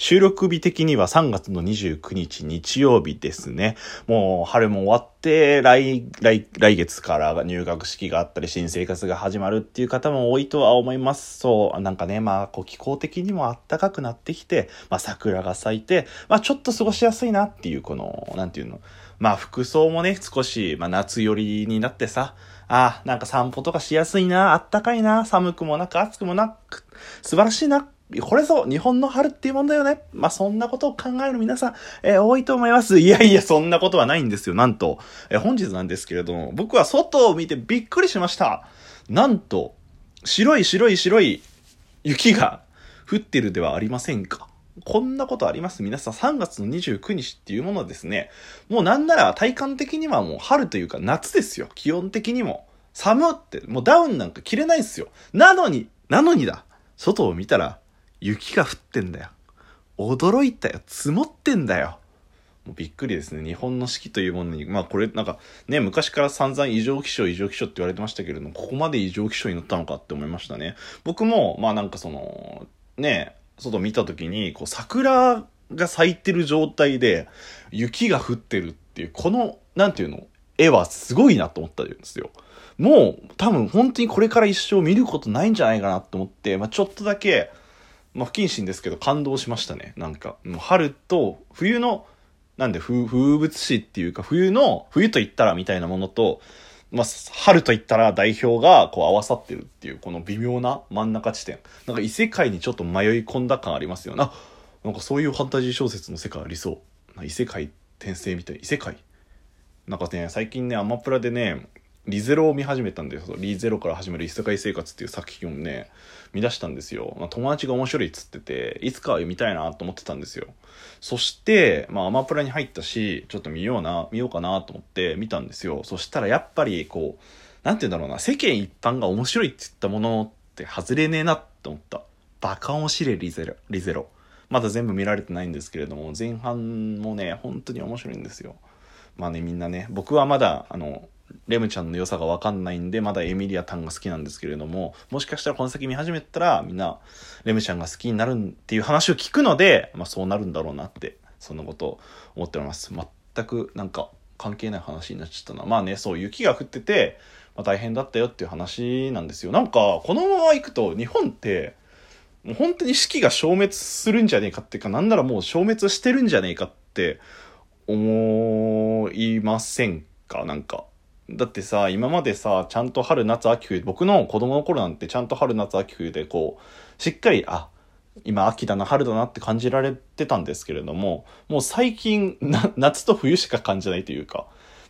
収録日的には3月の29日日曜日ですね。もう春も終わって来月から入学式があったり新生活が始まるっていう方も多いとは思います。そうなんかね、気候的にも暖かくなってきて、桜が咲いて、ちょっと過ごしやすいなっていうこのなんていうの、服装もね少し夏寄りになってさ、なんか散歩とかしやすいな、暖かいな、寒くもなく暑くもなく素晴らしいな。これぞ日本の春っていうもんだよね。そんなことを考える皆さん、多いと思います。いやいや、そんなことはないんですよ。なんと、本日なんですけれども、僕は外を見てびっくりしました。なんと、白い雪が降ってるではありませんか。こんなことあります。皆さん3月の29日っていうものはですね、もうなんなら体感的にはもう春というか夏ですよ。気温的にも。寒って、もうダウンなんか着れないですよ。なのにだ。外を見たら、雪が降ってんだよ。驚いたよ。積もってんだよ。もうびっくりですね。日本の四季というものに、これなんかね、昔から散々異常気象って言われてましたけれども、ここまで異常気象になったのかって思いましたね。僕もなんか外見た時に桜が咲いてる状態で雪が降ってるっていうこのなんていうの絵はすごいなと思ったんですよ。もう多分本当にこれから一生見ることないんじゃないかなと思って、ちょっとだけ不謹慎ですけど感動しましたね。なんかもう春と冬の風物詩っていうか冬と言ったらみたいなものと、春と言ったら代表が合わさってるっていうこの微妙な真ん中地点、なんか異世界にちょっと迷い込んだ感ありますよね。なんかそういうファンタジー小説の世界ありそう。異世界転生みたい。異世界なんかね、最近ねアマプラでねリゼロを見始めたんですよ。リゼロから始める異世界生活っていう作品をね見出したんですよ。友達が面白いっつってていつかは見たいなと思ってたんですよ。そしてアマプラに入ったしちょっと見ようかなと思って見たんですよ。そしたらやっぱりなんて言うんだろうな、世間一般が面白いって言ったものって外れねえなって思った。バカ面白いリゼロ。まだ全部見られてないんですけれども、前半もね本当に面白いんですよ。みんなね、僕はまだレムちゃんの良さが分かんないんでまだエミリアタンが好きなんですけれども、もしかしたらこの先見始めたらみんなレムちゃんが好きになるっていう話を聞くので、そうなるんだろうなってそんなことを思っております。全くなんか関係ない話になっちゃったな。そう雪が降ってて、大変だったよっていう話なんですよ。なんかこのまま行くと日本ってもう本当に四季が消滅するんじゃねえかっていうか、なんならもう消滅してるんじゃねえかって思いませんか。なんかだってさ、今までさちゃんと春夏秋冬、僕の子供の頃なんてちゃんと春夏秋冬でしっかり今秋だな春だなって感じられてたんですけれども、もう最近夏と冬しか感じないというか、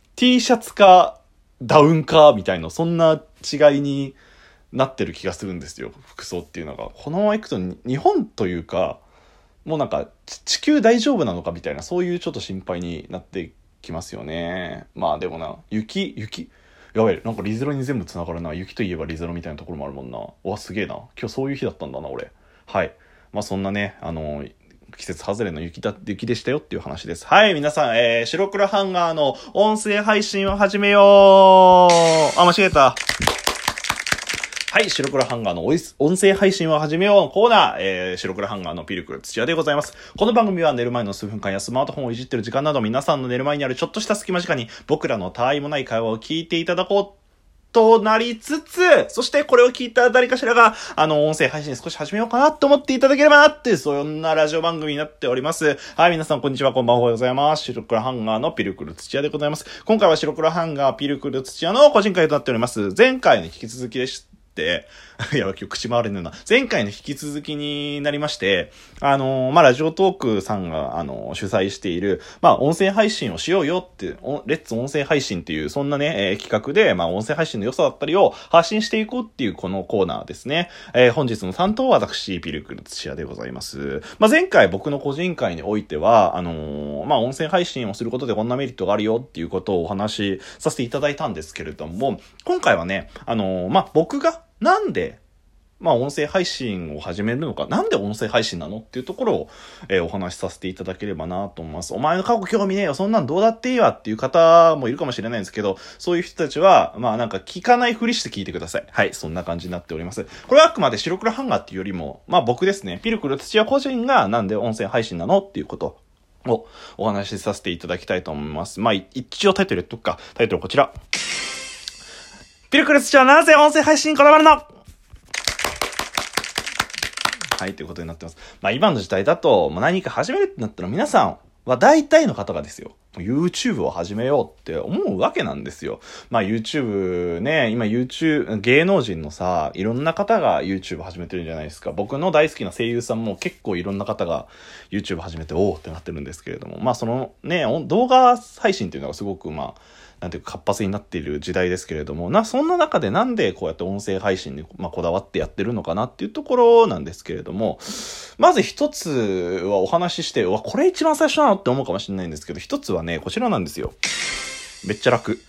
T シャツかダウンかみたいなそんな違いになってる気がするんですよ、服装っていうのが。このままいくと日本というかもうなんか地球大丈夫なのかみたいな、そういうちょっと心配になってきますよね。でもな、雪やばい、なんかリゼロに全部つながるな。雪といえばリゼロみたいなところもあるもんな。すげえな、今日そういう日だったんだな俺。はい、そんなね季節外れの雪でしたよっていう話です。はい、皆さん、白黒ハンガーの音声配信を始めよう。間違えた。はい、白黒ハンガーの音声配信を始めようのコーナー、白黒ハンガーのピルクル土屋でございます。この番組は寝る前の数分間やスマートフォンをいじってる時間など、皆さんの寝る前にあるちょっとした隙間時間に僕らのたわいもない会話を聞いていただこうとなりつつ、そしてこれを聞いた誰かしらが音声配信少し始めようかなと思っていただければなって、そんなラジオ番組になっております。はい、皆さんこんにちは、こんばんは、おはようございます。白黒ハンガーのピルクル土屋でございます。今回は白黒ハンガーピルクル土屋の個人会となっております。前回の引き続きでした。いや、今日口回れねえな。前回の引き続きになりまして、ラジオトークさんが、主催している、音声配信をしようよって、レッツ音声配信っていう、そんなね、企画で、音声配信の良さだったりを発信していこうっていうこのコーナーですね。本日の担当は私、ピルクル土屋でございます。前回僕の個人会においては、音声配信をすることでこんなメリットがあるよっていうことをお話しさせていただいたんですけれども、今回はね、僕がなんで音声配信を始めるのか、なんで音声配信なのっていうところを、お話しさせていただければなと思います。お前の過去興味ねえよ、そんなんどうだっていいわっていう方もいるかもしれないんですけど、そういう人たちは、聞かないふりして聞いてください。はい、そんな感じになっております。これはあくまで白黒ハンガーっていうよりも、僕ですね、ピルクル土屋個人がなんで音声配信なのっていうことをお話しさせていただきたいと思います。一応タイトル言っとくか。タイトルこちら。ピルクル土屋はなぜ音声配信にこだわるの？はい、ということになってます。今の時代だと、何か始めるってなったら皆さんは大体の方がですよ、YouTube を始めようって思うわけなんですよ。YouTube ね、今芸能人のさ、いろんな方が YouTube 始めてるんじゃないですか。僕の大好きな声優さんも結構いろんな方が YouTube 始めて、おーってなってるんですけれども、そのね、動画配信っていうのがすごくなんていうか活発になっている時代ですけれども、そんな中でなんでこうやって音声配信にこだわってやってるのかなっていうところなんですけれども、まず一つはお話しして、これ一番最初なのって思うかもしれないんですけど、一つはね、こちらなんですよ。めっちゃ楽。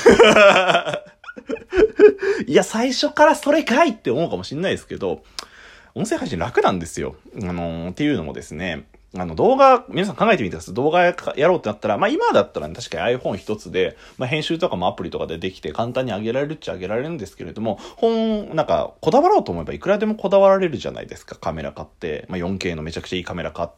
いや、最初からそれかいって思うかもしれないですけど、音声配信楽なんですよ。っていうのもですね、動画、皆さん考えてみてください。動画やろうってなったら、今だったらね、確かに iPhone 一つで、編集とかもアプリとかでできて簡単に上げられるっちゃ上げられるんですけれども、こだわろうと思えばいくらでもこだわられるじゃないですか。カメラ買って、4K のめちゃくちゃいいカメラ買って、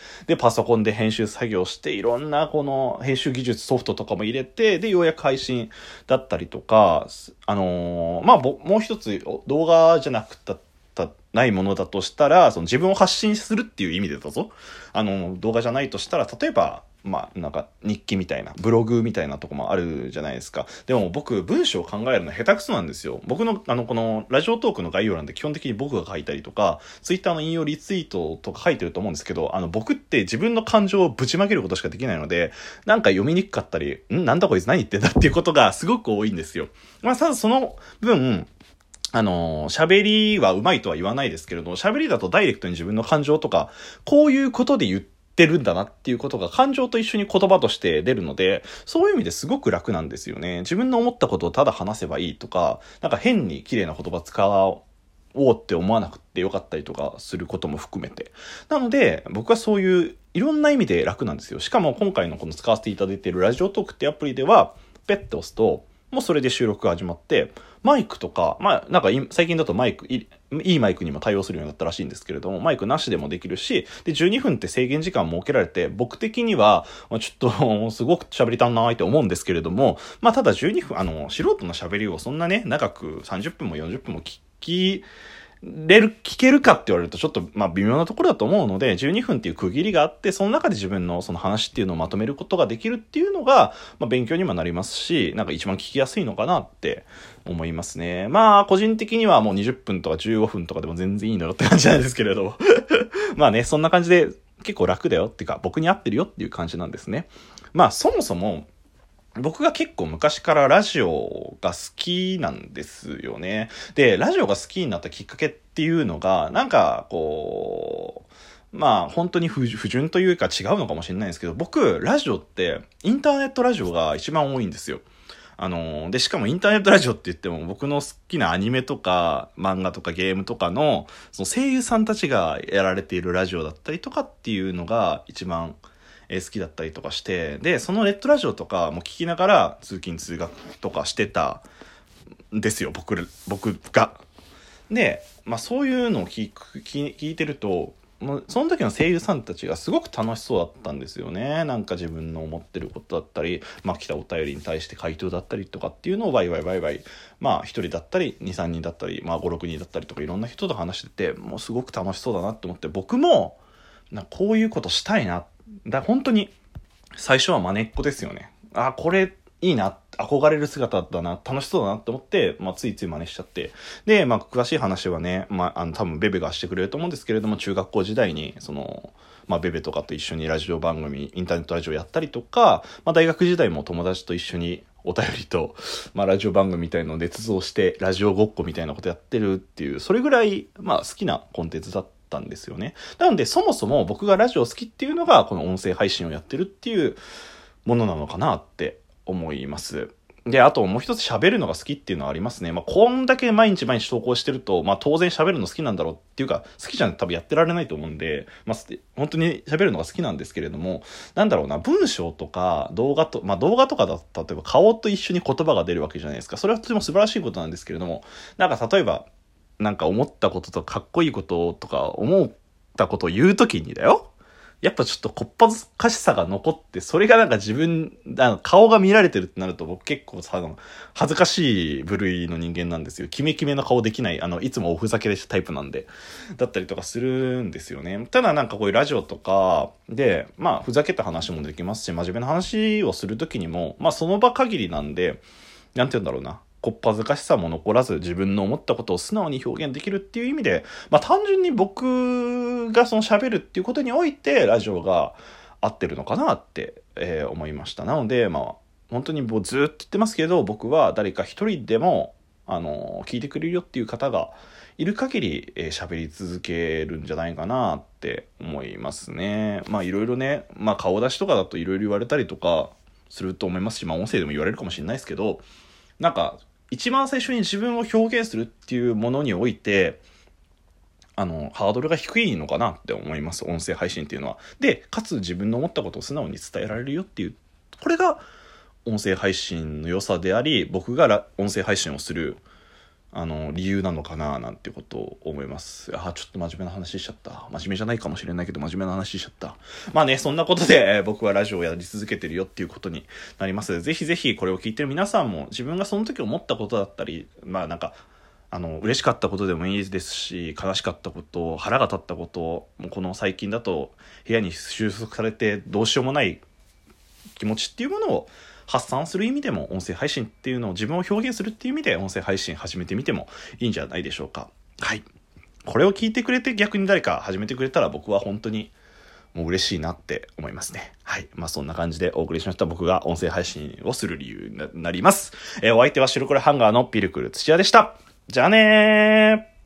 で、パソコンで編集作業して、いろんなこの編集技術ソフトとかも入れて、で、ようやく配信だったりとか、もう一つ動画じゃなくたないものだとしたら、その自分を発信するっていう意味でだぞ。動画じゃないとしたら、例えば、日記みたいな、ブログみたいなとこもあるじゃないですか。でも僕、文章を考えるの下手くそなんですよ。僕の、この、ラジオトークの概要欄で基本的に僕が書いたりとか、ツイッターの引用リツイートとか書いてると思うんですけど、僕って自分の感情をぶちまけることしかできないので、読みにくかったり、なんだこいつ何言ってんだっていうことがすごく多いんですよ。ただその分、喋りは上手いとは言わないですけれど、喋りだとダイレクトに自分の感情とか、こういうことで言ってるんだなっていうことが感情と一緒に言葉として出るので、そういう意味ですごく楽なんですよね。自分の思ったことをただ話せばいいとか、変に綺麗な言葉使おうって思わなくてよかったりとかすることも含めて。なので、僕はそういういろんな意味で楽なんですよ。しかも今回のこの使わせていただいているラジオトークってアプリでは、ペッと押すと、もうそれで収録が始まって、マイクとか、最近だといいマイクにも対応するようになったらしいんですけれども、マイクなしでもできるし、で、12分って制限時間設けられて、僕的には、ちょっと、すごく喋りたんなーって思うんですけれども、ただ12分、素人の喋りをそんなね、長く30分も40分も聞けるかって言われるとちょっと微妙なところだと思うので、12分っていう区切りがあって、その中で自分のその話っていうのをまとめることができるっていうのが、勉強にもなりますし、一番聞きやすいのかなって思いますね。個人的にはもう20分とか15分とかでも全然いいのよって感じなんですけれど。そんな感じで結構楽だよっていうか、僕に合ってるよっていう感じなんですね。そもそも、僕が結構昔からラジオが好きなんですよね。で、ラジオが好きになったきっかけっていうのが、本当に不純というか違うのかもしれないんですけど、僕、ラジオって、インターネットラジオが一番多いんですよ。で、しかもインターネットラジオって言っても僕の好きなアニメとか漫画とかゲームとかの、その声優さんたちがやられているラジオだったりとかっていうのが一番好きだったりとかして、で、そのネットラジオとかも聞きながら通勤通学とかしてたんですよ、僕が。で、そういうのを聞いてると、その時の声優さんたちがすごく楽しそうだったんですよね。自分の思ってることだったり、来たお便りに対して回答だったりとかっていうのをワイワイ一人だったり2、3人だったり、5、6人だったりとかいろんな人と話してて、もうすごく楽しそうだなって思って、僕もこういうことしたいな。本当に最初は真似っこですよね。これいいな、憧れる姿だな、楽しそうだなって思って、ついつい真似しちゃって。で、詳しい話はね、多分ベベがしてくれると思うんですけれども、中学校時代に、ベベとかと一緒にラジオ番組、インターネットラジオやったりとか、大学時代も友達と一緒にお便りと、ラジオ番組みたいのを捏造して、ラジオごっこみたいなことやってるっていう、それぐらい、好きなコンテンツだったんですよね。なので、そもそも僕がラジオ好きっていうのが、この音声配信をやってるっていうものなのかなって思います。 で、あともう一つ喋るのが好きっていうのはありますね。こんだけ毎日毎日投稿してると、当然喋るの好きなんだろうっていうか、好きじゃん多分やってられないと思うんで、本当に喋るのが好きなんですけれども、文章とか動画と、動画とかだったら、例えば顔と一緒に言葉が出るわけじゃないですか。それはとても素晴らしいことなんですけれども、例えば、思ったこととかかっこいいこととか思ったことを言うときにだよ。やっぱちょっとこっぱずかしさが残って、それが顔が見られてるってなると僕結構恥ずかしい部類の人間なんですよ。キメキメの顔できない、いつもおふざけでタイプなんで。だったりとかするんですよね。ただこういうラジオとかで、ふざけた話もできますし、真面目な話をするときにも、その場限りなんで、なんて言うんだろうな。こっぱずかしさも残らず自分の思ったことを素直に表現できるっていう意味で、単純に僕がその喋るっていうことにおいてラジオが合ってるのかなって、思いました。なので本当にずっと言ってますけど、僕は誰か一人でも聞いてくれるよっていう方がいる限り喋り続けるんじゃないかなって思いますね。いろいろね、顔出しとかだといろいろ言われたりとかすると思いますし、音声でも言われるかもしれないですけど、一番最初に自分を表現するっていうものにおいて、ハードルが低いのかなって思います。音声配信っていうのは。で、かつ自分の思ったことを素直に伝えられるよっていう、これが音声配信の良さであり、僕が音声配信をする理由なのかななんてことを思います。ちょっと真面目な話しちゃった。真面目じゃないかもしれないけど真面目な話しちゃった。そんなことで、僕はラジオをやり続けてるよっていうことになります。ぜひぜひこれを聞いてる皆さんも自分がその時思ったことだったり、嬉しかったことでもいいですし、悲しかったこと、腹が立ったこと、もうこの最近だと部屋に収束されてどうしようもない気持ちっていうものを発散する意味でも音声配信っていうのを自分を表現するっていう意味で音声配信始めてみてもいいんじゃないでしょうか。はい。これを聞いてくれて逆に誰か始めてくれたら僕は本当にもう嬉しいなって思いますね。はい。そんな感じでお送りしました。僕が音声配信をする理由になります。お相手は白黒ハンガーのピルクル土屋でした。じゃあねー。